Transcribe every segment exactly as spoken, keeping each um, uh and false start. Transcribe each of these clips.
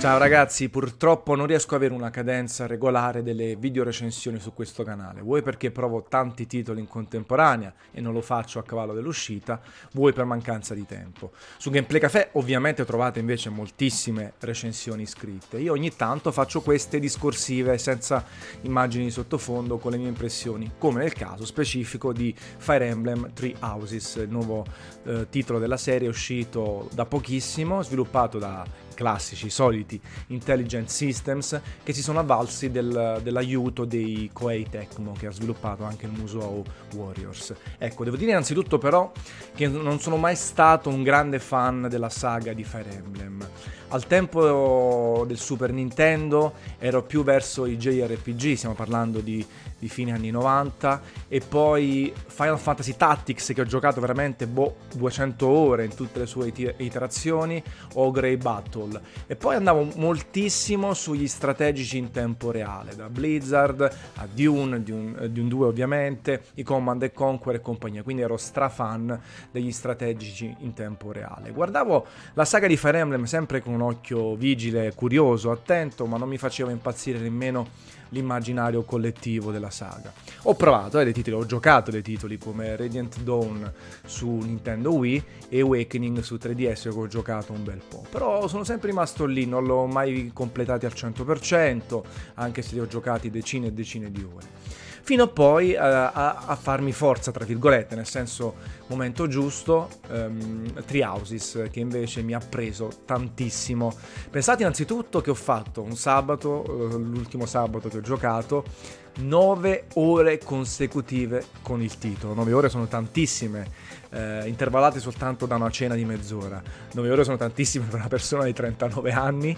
Ciao ragazzi, purtroppo non riesco ad avere una cadenza regolare delle video recensioni su questo canale, vuoi perché provo tanti titoli in contemporanea e non lo faccio a cavallo dell'uscita, vuoi per mancanza di tempo. Su Gameplay Café ovviamente trovate invece moltissime recensioni scritte, io ogni tanto faccio queste discorsive senza immagini di sottofondo con le mie impressioni, come nel caso specifico di Fire Emblem Three Houses, il nuovo eh, titolo della serie uscito da pochissimo, sviluppato da classici, soliti Intelligent Systems, che si sono avvalsi del, dell'aiuto dei Koei Tecmo, che ha sviluppato anche il Musou Warriors. Ecco, devo dire innanzitutto però che non sono mai stato un grande fan della saga di Fire Emblem. Al tempo del Super Nintendo ero più verso i J R P G, stiamo parlando di, di fine anni novanta, e poi Final Fantasy Tactics, che ho giocato veramente boh, duecento ore in tutte le sue iterazioni, o Grey Battle. E poi andavo moltissimo sugli strategici in tempo reale, da Blizzard a Dune, Dune, Dune due ovviamente, i Command and Conquer e compagnia, quindi ero strafan degli strategici in tempo reale. Guardavo la saga di Fire Emblem sempre con un occhio vigile, curioso, attento, ma non mi faceva impazzire nemmeno l'immaginario collettivo della saga. Ho provato eh, dei titoli, ho giocato dei titoli come Radiant Dawn su Nintendo Wii e Awakening su tre D S, che ho giocato un bel po', però sono sempre rimasto lì, non l'ho mai completati al cento per cento, anche se li ho giocati decine e decine di ore, fino a poi uh, a, a farmi forza, tra virgolette, nel senso momento giusto, um, Three Houses, che invece mi ha preso tantissimo. Pensate innanzitutto che ho fatto un sabato, uh, l'ultimo sabato che ho giocato, nove ore consecutive con il titolo. Nove ore sono tantissime, eh, intervallate soltanto da una cena di mezz'ora. Nove ore sono tantissime per una persona di trentanove anni,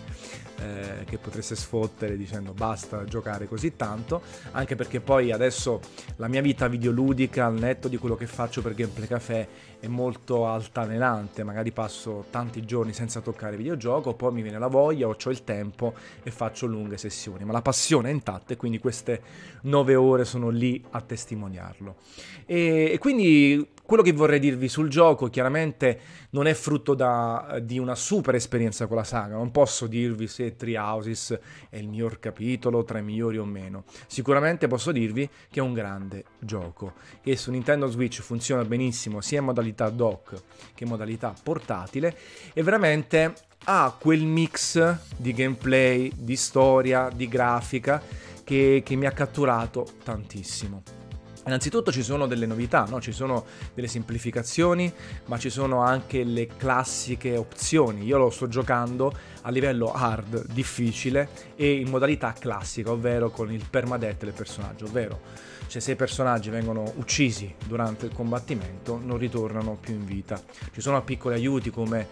eh, che potreste sfottere dicendo basta giocare così tanto, anche perché poi adesso la mia vita videoludica, al netto di quello che faccio per Gameplay Café, è molto altalenante. Magari passo tanti giorni senza toccare videogioco, poi mi viene la voglia o c'ho il tempo e faccio lunghe sessioni, ma la passione è intatta e quindi queste nove ore sono lì a testimoniarlo. E, e quindi quello che vorrei dirvi sul gioco chiaramente non è frutto da, di una super esperienza con la saga, non posso dirvi se Three Houses è il miglior capitolo, tra i migliori o meno. Sicuramente posso dirvi che è un grande gioco, che su Nintendo Switch funziona benissimo sia in modalità dock che in modalità portatile, e veramente ha quel mix di gameplay, di storia, di grafica che, che mi ha catturato tantissimo. Innanzitutto ci sono delle novità, no? Ci sono delle semplificazioni, ma ci sono anche le classiche opzioni. Io lo sto giocando a livello hard, difficile, e in modalità classica, ovvero con il permadeath del personaggio, ovvero cioè se i personaggi vengono uccisi durante il combattimento non ritornano più in vita. Ci sono piccoli aiuti come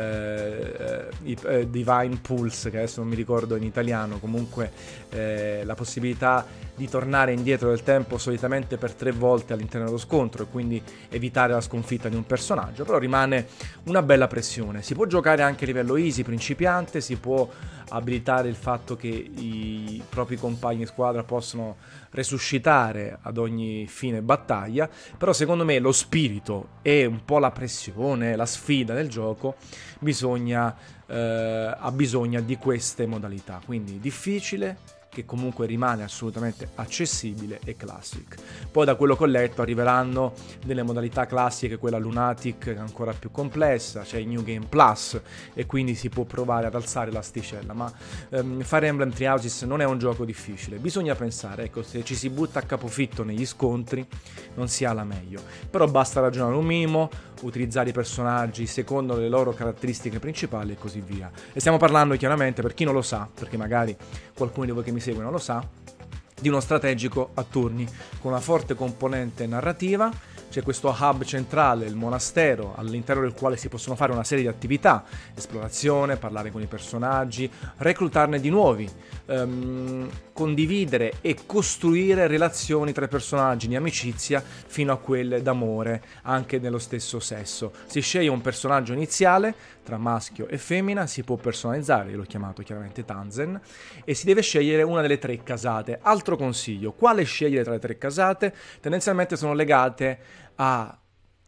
eh, i, eh, Divine Pulse, che adesso non mi ricordo in italiano, comunque eh, la possibilità di tornare indietro del tempo solitamente per tre volte all'interno dello scontro e quindi evitare la sconfitta di un personaggio, però rimane una bella pressione. Si può giocare anche a livello easy, principiante, si può abilitare il fatto che i propri compagni di squadra possono resuscitare ad ogni fine battaglia, però secondo me lo spirito e un po' la pressione, la sfida del gioco bisogna, eh, ha bisogno di queste modalità, quindi difficile, che comunque rimane assolutamente accessibile, e classic. Poi da quello che ho letto arriveranno delle modalità classiche, quella Lunatic che è ancora più complessa, c'è il New Game Plus e quindi si può provare ad alzare l'asticella, ma um, Fire Emblem Three Houses non è un gioco difficile, bisogna pensare, ecco, se ci si butta a capofitto negli scontri non si ha la meglio, però basta ragionare un minimo, utilizzare i personaggi secondo le loro caratteristiche principali e così via. E stiamo parlando chiaramente, per chi non lo sa, perché magari qualcuno di voi che mi segue non lo sa, di uno strategico a turni con una forte componente narrativa. C'è questo hub centrale, il monastero, all'interno del quale si possono fare una serie di attività: esplorazione, parlare con i personaggi, reclutarne di nuovi, ehm, condividere e costruire relazioni tra i personaggi di amicizia fino a quelle d'amore anche nello stesso sesso. Si sceglie un personaggio iniziale tra maschio e femmina, si può personalizzare, io l'ho chiamato chiaramente Tanzen, e si deve scegliere una delle tre casate. Altro consiglio: quale scegliere tra le tre casate? Tendenzialmente sono legate a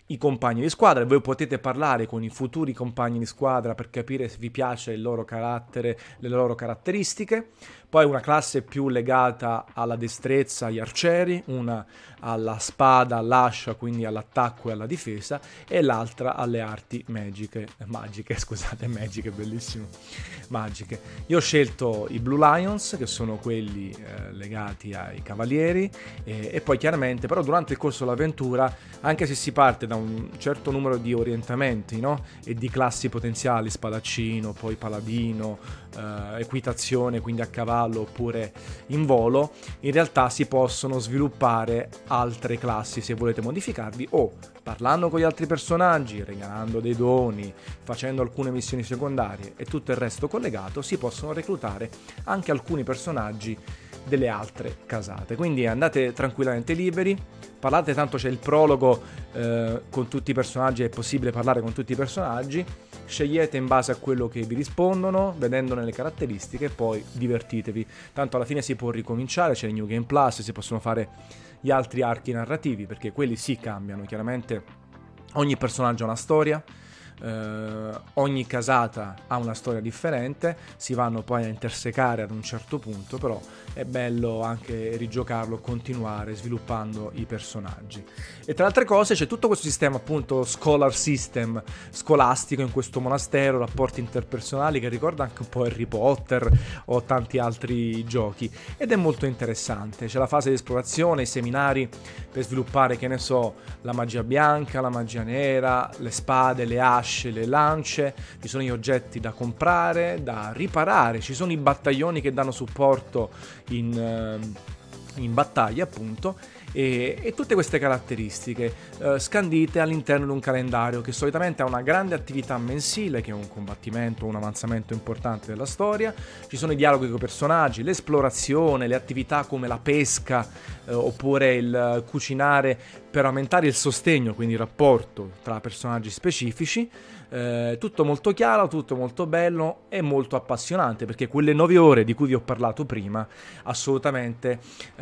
i compagni di squadra, voi potete parlare con i futuri compagni di squadra per capire se vi piace il loro carattere, le loro caratteristiche. Poi una classe più legata alla destrezza, agli arcieri, una alla spada, all'ascia, quindi all'attacco e alla difesa, e l'altra alle arti magiche, magiche, scusate, magiche, bellissimo, magiche. Io ho scelto i Blue Lions, che sono quelli eh, legati ai cavalieri, e, e poi chiaramente, però durante il corso dell'avventura, anche se si parte da un certo numero di orientamenti, no? E di classi potenziali, spadaccino, poi paladino, eh, equitazione, quindi a cavallo oppure in volo, in realtà si possono sviluppare altre classi se volete modificarvi, o parlando con gli altri personaggi, regalando dei doni, facendo alcune missioni secondarie e tutto il resto collegato, si possono reclutare anche alcuni personaggi delle altre casate. Quindi andate tranquillamente liberi, parlate, tanto c'è il prologo eh, con tutti i personaggi, è possibile parlare con tutti i personaggi, scegliete in base a quello che vi rispondono, vedendone le caratteristiche, e poi divertitevi. Tanto alla fine si può ricominciare, c'è il New Game Plus, si possono fare gli altri archi narrativi, perché quelli sì cambiano, chiaramente ogni personaggio ha una storia, Uh, ogni casata ha una storia differente, si vanno poi a intersecare ad un certo punto, però è bello anche rigiocarlo, continuare sviluppando i personaggi. E tra le altre cose c'è tutto questo sistema, appunto, scholar system scolastico in questo monastero, rapporti interpersonali che ricorda anche un po' Harry Potter o tanti altri giochi, ed è molto interessante. C'è la fase di esplorazione, i seminari per sviluppare, che ne so, la magia bianca, la magia nera, le spade, le asce, le lance, ci sono gli oggetti da comprare, da riparare, ci sono i battaglioni che danno supporto in, in battaglia, appunto, e, e tutte queste caratteristiche eh, scandite all'interno di un calendario che solitamente ha una grande attività mensile, che è un combattimento, un avanzamento importante della storia. Ci sono i dialoghi con i personaggi, l'esplorazione, le attività come la pesca eh, oppure il cucinare per aumentare il sostegno, quindi il rapporto tra personaggi specifici. Eh, tutto molto chiaro, tutto molto bello e molto appassionante, perché quelle nove ore di cui vi ho parlato prima assolutamente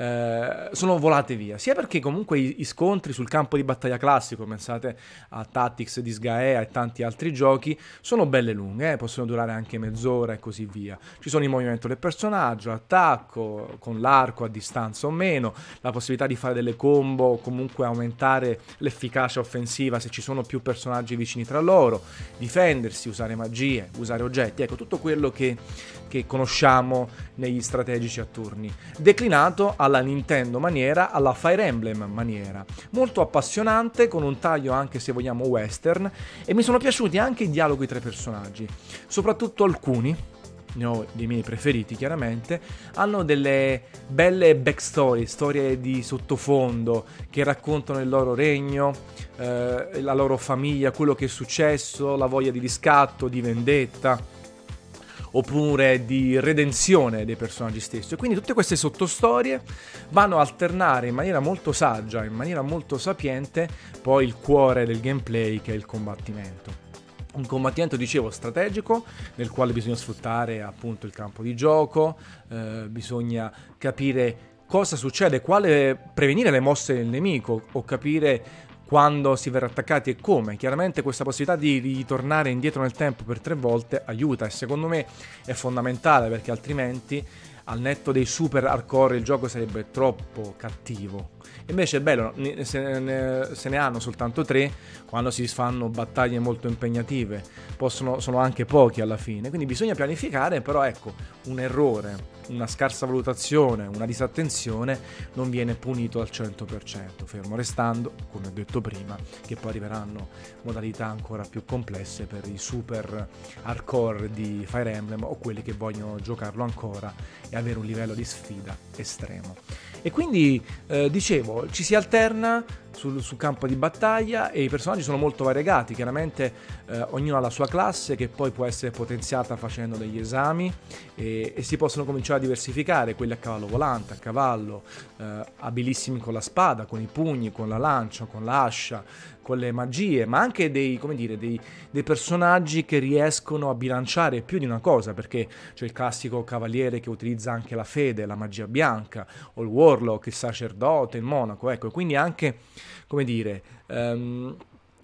eh, sono volate via, sia perché comunque i, i scontri sul campo di battaglia classico, pensate a Tactics, Disgaea e tanti altri giochi, sono belle lunghe, eh, possono durare anche mezz'ora e così via. Ci sono il movimento del personaggio, l'attacco con l'arco a distanza o meno, la possibilità di fare delle combo o comunque aumentare l'efficacia offensiva se ci sono più personaggi vicini tra loro, difendersi, usare magie, usare oggetti, ecco tutto quello che, che conosciamo negli strategici a turni, declinato alla Nintendo maniera, alla Fire Emblem maniera, molto appassionante, con un taglio anche se vogliamo western, e mi sono piaciuti anche i dialoghi tra i personaggi, soprattutto alcuni, ne ho dei miei preferiti chiaramente, hanno delle belle backstory, storie di sottofondo che raccontano il loro regno, eh, la loro famiglia, quello che è successo, la voglia di riscatto, di vendetta, oppure di redenzione dei personaggi stessi. E quindi tutte queste sottostorie vanno a alternare in maniera molto saggia, in maniera molto sapiente, poi il cuore del gameplay, che è il combattimento. Un combattimento, dicevo, strategico, nel quale bisogna sfruttare appunto il campo di gioco, eh, bisogna capire cosa succede, quale prevenire le mosse del nemico o capire quando si verrà attaccati e come. Chiaramente questa possibilità di ritornare indietro nel tempo per tre volte aiuta, e secondo me è fondamentale, perché altrimenti al netto dei super hardcore il gioco sarebbe troppo cattivo. Invece è bello, se ne, se ne hanno soltanto tre, quando si fanno battaglie molto impegnative possono, sono anche pochi alla fine, quindi bisogna pianificare, però ecco, un errore, una scarsa valutazione, una disattenzione non viene punito al cento per cento, fermo restando, come ho detto prima, che poi arriveranno modalità ancora più complesse per i super hardcore di Fire Emblem o quelli che vogliono giocarlo ancora e avere un livello di sfida estremo. E quindi eh, dicevo, ci si alterna sul, sul campo di battaglia e i personaggi sono molto variegati, chiaramente eh, ognuno ha la sua classe che poi può essere potenziata facendo degli esami, e, e si possono cominciare a diversificare, quelli a cavallo volante, a cavallo, eh, abilissimi con la spada, con i pugni, con la lancia, con l'ascia, con le magie, ma anche dei, come dire, dei, dei personaggi che riescono a bilanciare più di una cosa, perché c'è il classico cavaliere che utilizza anche la fede, la magia bianca, o il warlock, il sacerdote, il monaco, ecco, quindi anche, come dire, um,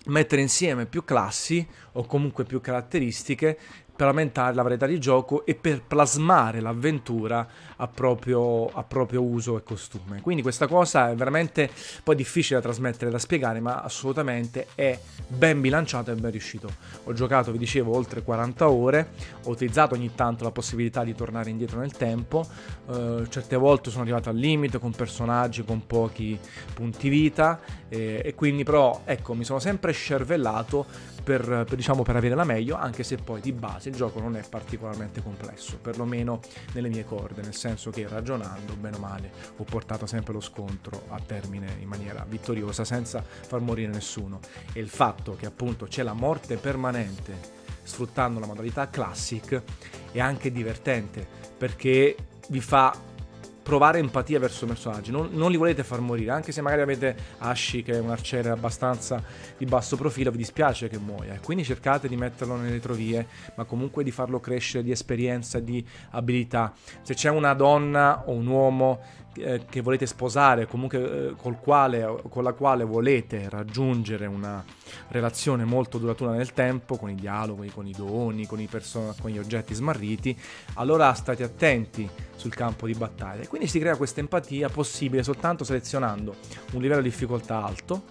mettere insieme più classi o comunque più caratteristiche per aumentare la varietà di gioco e per plasmare l'avventura a proprio, a proprio uso e costume. Quindi questa cosa è veramente poi difficile da trasmettere, da spiegare, ma assolutamente è ben bilanciato e ben riuscito. Ho giocato, vi dicevo, oltre quaranta ore, ho utilizzato ogni tanto la possibilità di tornare indietro nel tempo, eh, certe volte sono arrivato al limite con personaggi con pochi punti vita, eh, e quindi però ecco mi sono sempre scervellato per, per, diciamo, per avere la meglio, anche se poi di base il gioco non è particolarmente complesso, perlomeno nelle mie corde, nel senso che ragionando bene o male ho portato sempre lo scontro a termine in maniera vittoriosa senza far morire nessuno. E il fatto che appunto c'è la morte permanente sfruttando la modalità classic è anche divertente, perché vi fa provare empatia verso i personaggi, non, non li volete far morire, anche se magari avete Ashi che è un arciere abbastanza di basso profilo, vi dispiace che muoia, e quindi cercate di metterlo nelle retrovie, ma comunque di farlo crescere di esperienza, di abilità. Se c'è una donna o un uomo eh, che volete sposare, comunque eh, col quale, con la quale volete raggiungere una relazione molto duratura nel tempo, con i dialoghi, con i doni, con i person- con gli oggetti smarriti, allora state attenti sul campo di battaglia. Quindi si crea questa empatia possibile soltanto selezionando un livello di difficoltà alto,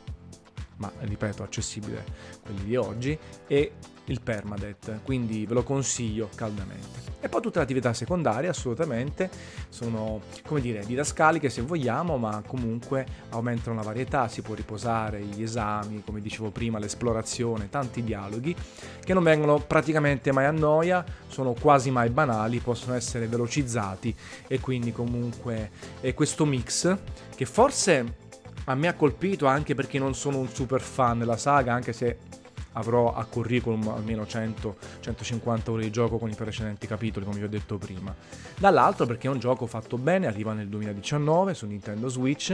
ma ripeto accessibile quelli di oggi, e il permadeath, quindi ve lo consiglio caldamente. E poi tutte le attività secondarie assolutamente sono, come dire, didascaliche se vogliamo, ma comunque aumentano la varietà, si può riposare, gli esami, come dicevo prima, l'esplorazione, tanti dialoghi che non vengono praticamente mai a noia, sono quasi mai banali, possono essere velocizzati, e quindi comunque è questo mix che forse a me ha colpito anche perché non sono un super fan della saga, anche se avrò a curriculum almeno cento centocinquanta ore di gioco con i precedenti capitoli, come vi ho detto prima. Dall'altro perché è un gioco fatto bene, arriva nel duemiladiciannove su Nintendo Switch,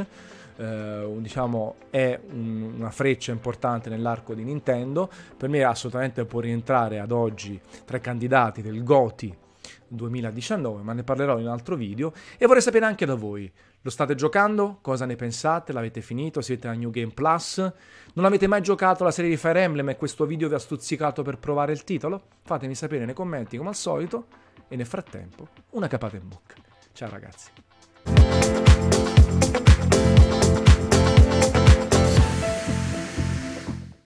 eh, diciamo è un, una freccia importante nell'arco di Nintendo, per me assolutamente può rientrare ad oggi tra i candidati del GOTY duemiladiciannove, ma ne parlerò in un altro video. E vorrei sapere anche da voi: lo state giocando? Cosa ne pensate? L'avete finito? Siete a New Game Plus? Non avete mai giocato la serie di Fire Emblem e questo video vi ha stuzzicato per provare il titolo? Fatemi sapere nei commenti come al solito, e nel frattempo una capata in bocca. Ciao ragazzi.